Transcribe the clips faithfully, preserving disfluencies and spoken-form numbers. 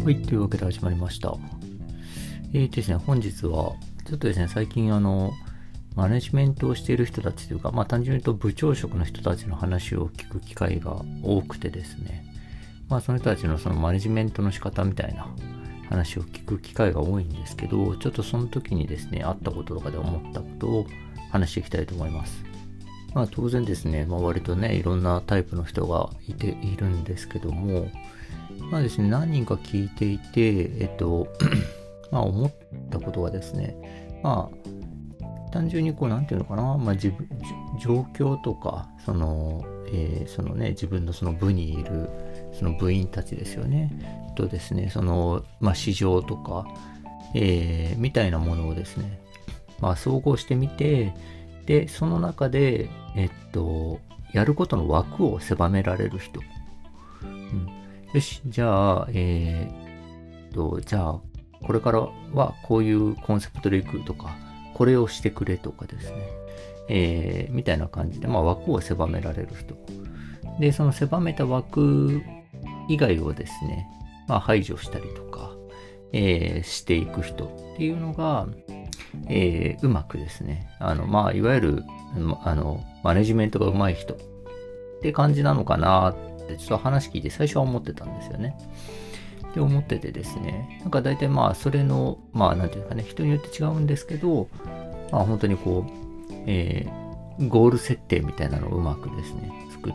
はい、というわけで始まりました。えーとですね、本日は、ちょっとですね、最近あの、マネジメントをしている人たちというか、まあ単純に言うと部長職の人たちの話を聞く機会が多くてですね、まあその人たちのそのマネジメントの仕方みたいな話を聞く機会が多いんですけど、ちょっとその時にですね、あったこととかで思ったことを話していきたいと思います。まあ当然ですね、まあ割とね、いろんなタイプの人がいているんですけども、まあですね、何人か聞いていて、えっと、まあ思ったことがですね、まあ、単純にこう、なんていうのかな、まあ自分、状況とか、その、えーそのね、自分のその部にいる、その部員たちですよね、とですね、その、まあ市場とか、えーみたいなものをですね、まあ総合してみて、で、その中で、えっと、やることの枠を狭められる人。うんよし、じゃあ、えーっと、じゃあ、これからはこういうコンセプトでいくとか、これをしてくれとかですね、えー、みたいな感じで、まあ枠を狭められる人。で、その狭めた枠以外をですね、まあ排除したりとか、えーしていく人っていうのが、えーうまくですね、あの、まあ、いわゆる、まあの、マネジメントが上手い人って感じなのかなってちょっと話聞いて最初は思ってたんですよね。で思っててですね、なんか大体まあそれの、まあなんていうかね、人によって違うんですけど、まあ本当にこう、えーゴール設定みたいなのをうまくですね、作って、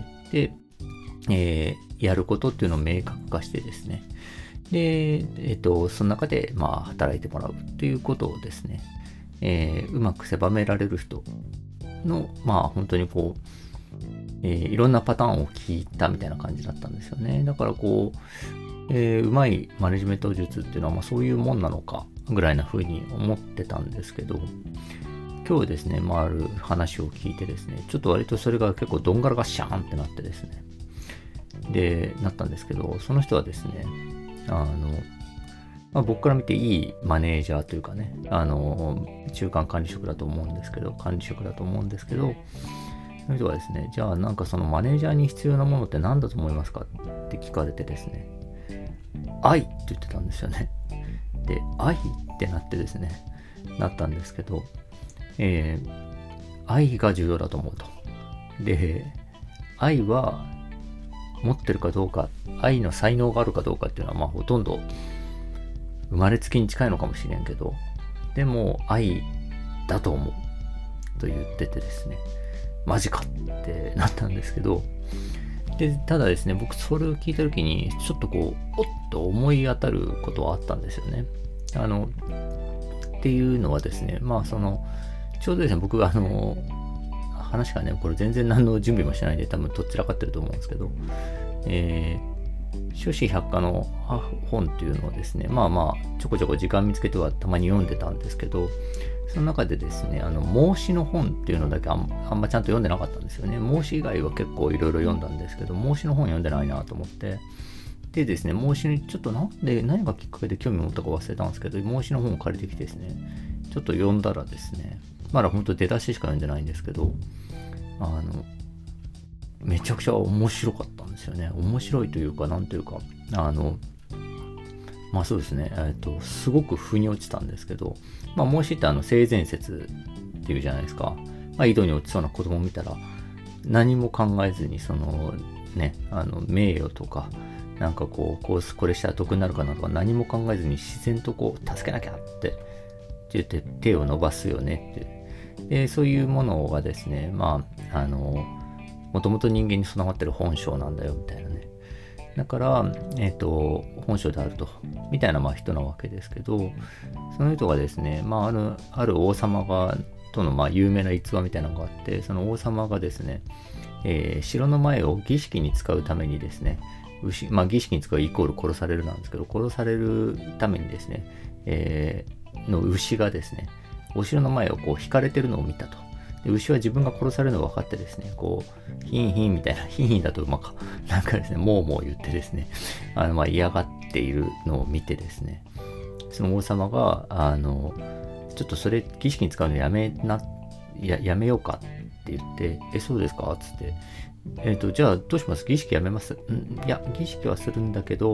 で、えーやることっていうのを明確化してですね、で、えっと、その中でまあ働いてもらうということをですね、えーうまく狭められる人の、まあ本当にこう、えーいろんなパターンを聞いたみたいな感じだったんですよね。だからこう、えーうまいマネジメント術っていうのは、まあ、そういうもんなのかぐらいな風に思ってたんですけど、今日ですね、まあ、ある話を聞いてですね、ちょっと割とそれが結構どんがらがシャーンってなってですね、で、なったんですけど、その人はですね、あの、まあ、僕から見ていいマネージャーというかね、あの、中間管理職だと思うんですけど、管理職だと思うんですけど、その人はですね、じゃあなんかそのマネージャーに必要なものって何だと思いますかって聞かれてですね、愛って言ってたんですよね。で、愛ってなってですね、なったんですけど、えー愛が重要だと思うと。で、愛は持ってるかどうか、愛の才能があるかどうかっていうのは、まあほとんど生まれつきに近いのかもしれんけど、でも愛だと思うと言っててですね、マジかってなったんですけど、で、ただですね、僕それを聞いたときに、ちょっとこう、おっと思い当たることはあったんですよね。あの、っていうのはですね、まあその、ちょうどですね、僕があの、話がね、これ全然何の準備もしないで多分どちらかってると思うんですけど、えー、諸子百科の本っていうのをですね、まあまあ、ちょこちょこ時間見つけてはたまに読んでたんですけど、その中でですね、あの、孟子の本っていうのだけあんあんまちゃんと読んでなかったんですよね。孟子以外は結構いろいろ読んだんですけど、孟子の本読んでないなと思って、でですね、孟子にちょっとなんで、何がきっかけで興味を持ったか忘れたんですけど、孟子の本を借りてきてですね、ちょっと読んだらですね、まだ本当出だししか読んでないんですけど、あの、めちゃくちゃ面白かったんですよね。面白いというか、なんというか、あの、まあそうですね、えっと、すごく腑に落ちたんですけど、まあ孟子ってあの性善説っていうじゃないですか。まあ井戸に落ちそうな子供を見たら、何も考えずに、その、ね、あの、名誉とか、なんかこう、こう、これしたら得になるかなとか何も考えずに自然とこう、助けなきゃって言って手を伸ばすよねって。で、そういうものがですね、まあ、あの、もともと人間に備わってる本性なんだよみたいなね。だから、えっと、本性であると、みたいなまあ人なわけですけど、その人がですね、まあ、ある、ある王様が、とのまあ有名な逸話みたいなのがあって、その王様がですね、えー城の前を儀式に使うためにですね、牛、まあ儀式に使うイコール殺されるなんですけど、殺されるためにですね、えーの牛がですね、お城の前をこう引かれてるのを見たと。で牛は自分が殺されるのが分かってですね、こう、ヒンヒンみたいな、ヒンヒンだと、まあ、なんかですね、もうもう言ってですね、あの、まあ、嫌がっているのを見てですね、その王様が、あの、ちょっとそれ、儀式に使うのやめな、や、やめようかって言って、え、そうですかつって、えっと、じゃあどうします儀式やめますんいや、儀式はするんだけど、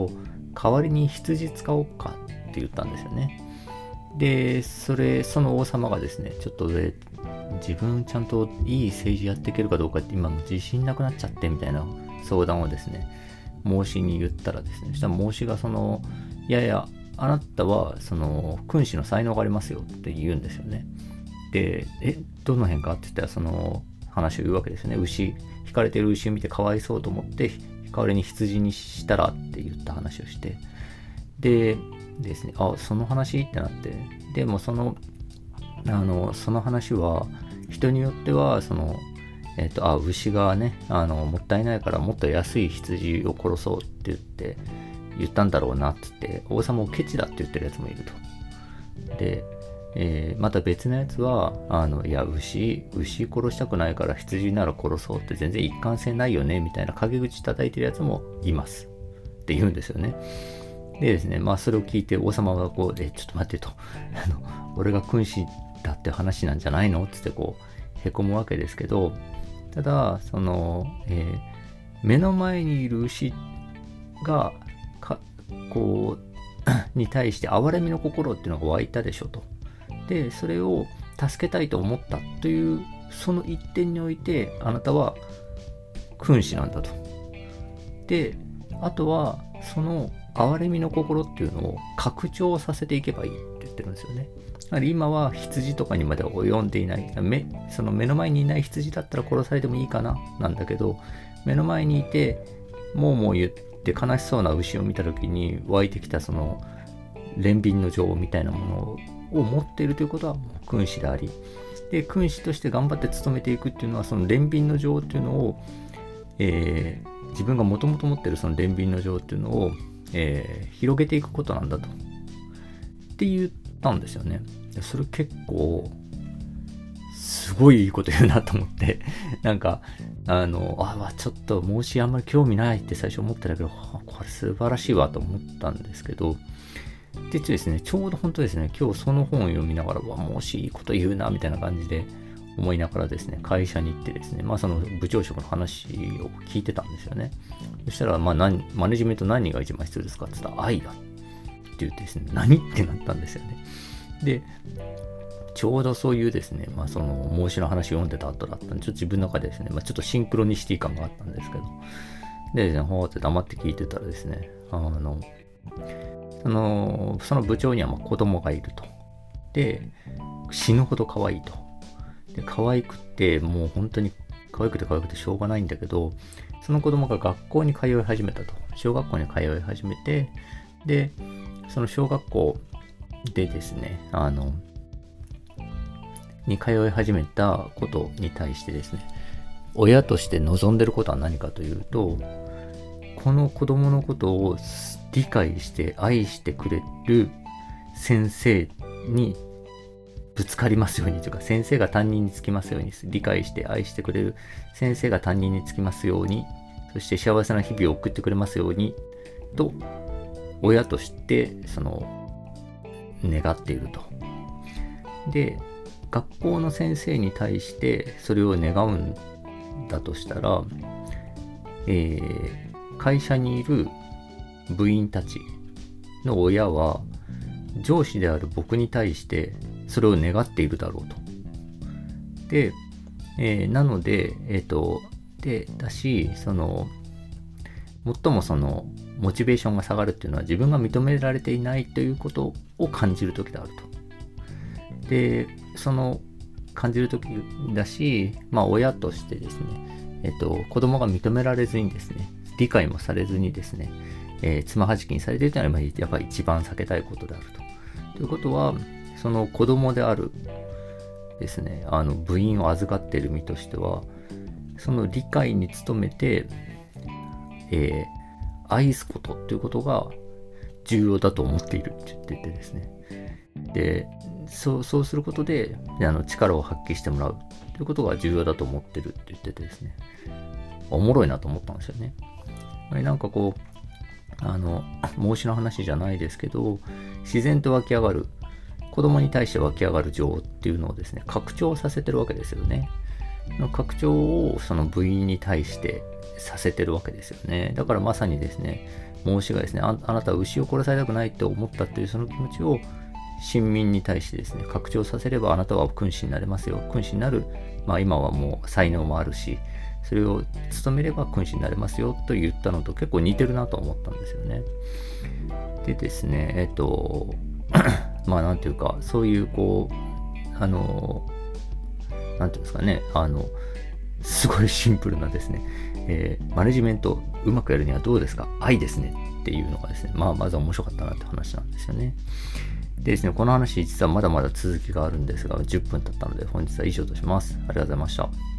代わりに羊使おうかって言ったんですよね。で、それ、その王様がですね、ちょっと上、自分ちゃんといい政治やっていけるかどうかって今も自信なくなっちゃってみたいな相談をですね、孟子に言ったらですね、そしたら孟子がその、いやいや、あなたはその君主の才能がありますよって言うんですよね。で、え、どの辺かって言ったらその話を言うわけですよね。牛、引かれてる牛を見てかわいそうと思って、代わりに羊にしたらって言った話をして、でですね、あ、その話ってなって、でもその、あの、その話は、人によっては、その、えっと、あ、牛がね、あの、もったいないからもっと安い羊を殺そうって言って、言ったんだろうなっつって、王様をケチだって言ってるやつもいると。で、えー、また別のやつは、あの、いや、牛、牛殺したくないから羊なら殺そうって全然一貫性ないよね、みたいな陰口叩いてるやつもいます。って言うんですよね。でですね、まあそれを聞いて王様がこう、え、ちょっと待ってと。あの、俺が君主だって話なんじゃないのつってこう、へこむわけですけど、ただ、その、えー、目の前にいる牛が、かこう、に対して憐れみの心っていうのが湧いたでしょと。で、それを助けたいと思ったという、その一点において、あなたは君主なんだと。で、あとは、その憐れみの心っていうのを拡張させていけばいいって言ってるんですよね。つまり今は羊とかにまで及んでいない、目、その目の前にいない羊だったら殺されてもいいかな、なんだけど、目の前にいて、もうもう言って悲しそうな牛を見た時に湧いてきたその憐憫の情みたいなものを持っているということは君主であり、で、君主として頑張って務めていくっていうのは、その憐憫の情っていうのを、えー、自分がもともと持っているその憐憫の情っていうのを、えー、広げていくことなんだと。って言ったんですよね。それ結構、すごいいいこと言うなと思って、なんか、あの、あ、ちょっと孟子あんまり興味ないって最初思ってたけど、これ素晴らしいわと思ったんですけど、でですね、ちょうど本当ですね、今日その本を読みながら、わ、孟子いいこと言うな、みたいな感じで思いながらですね、会社に行ってですね、まあその部長職の話を聞いてたんですよね。そしたら、まあ何、マネジメント何が一番必要ですかって言ったら、愛だって言ってですね、何ってなったんですよね。で、ちょうどそういうですね、まあその孟子の話を読んでた後だったんで、ちょっと自分の中でですね、まあちょっとシンクロニシティ感があったんですけど、でですね、ほーって黙って聞いてたらですね、あの、その、その部長にはまあ子供がいると。で、死ぬほど可愛いと。で、可愛くて、もう本当に可愛くて可愛くてしょうがないんだけど、その子供が学校に通い始めたと。小学校に通い始めて、で、その小学校でですね、あの、に通い始めたことに対してですね、親として望んでることは何かというと、この子供のことを理解して愛してくれる先生にぶつかりますようにというか、先生が担任につきますように、理解して愛してくれる先生が担任につきますように、そして幸せな日々を送ってくれますようにと、親としてその願っていると。で、学校の先生に対してそれを願うんだとしたら、えー、会社にいる部員たちの親は上司である僕に対してそれを願っているだろうと。で、えー、なので、えっと、で、だし、その、最もその、モチベーションが下がるっていうのは自分が認められていないということを感じるときであると。で、その感じるときだし、まあ親としてですね、えっと、子供が認められずにですね、理解もされずにですね、えー、つまはじきにされているというのはやっぱり一番避けたいことであると。ということは、その子供であるですね、あの部員を預かっている身としては、その理解に努めて、えー、愛すことということが重要だと思っているって言っててですね。で、そう、そうすることで、あの力を発揮してもらうということが重要だと思ってるって言っててですね。おもろいなと思ったんですよね。なんかこう、あの、孟子の話じゃないですけど、自然と湧き上がる、子供に対して湧き上がる情っていうのをですね、拡張させてるわけですよね。 の拡張をその部員に対してさせてるわけですよね。だからまさにですね、孟子がですね、あ、あなたは牛を殺されたくないって思ったっていうその気持ちを臣民に対してですね、拡張させればあなたは君主になれますよ。君主になる、まあ今はもう才能もあるし、それを務めれば君主になれますよと言ったのと結構似てるなと思ったんですよね。でですね、えっと、まあなんていうか、そういうこう、あの、なんていうんですかね、あの、すごいシンプルなですね、えー、マネジメントうまくやるにはどうですか？愛ですねっていうのがですね、まあまず面白かったなって話なんですよね。でですね、この話実はまだまだ続きがあるんですが、じゅっぷん経ったので本日は以上とします。ありがとうございました。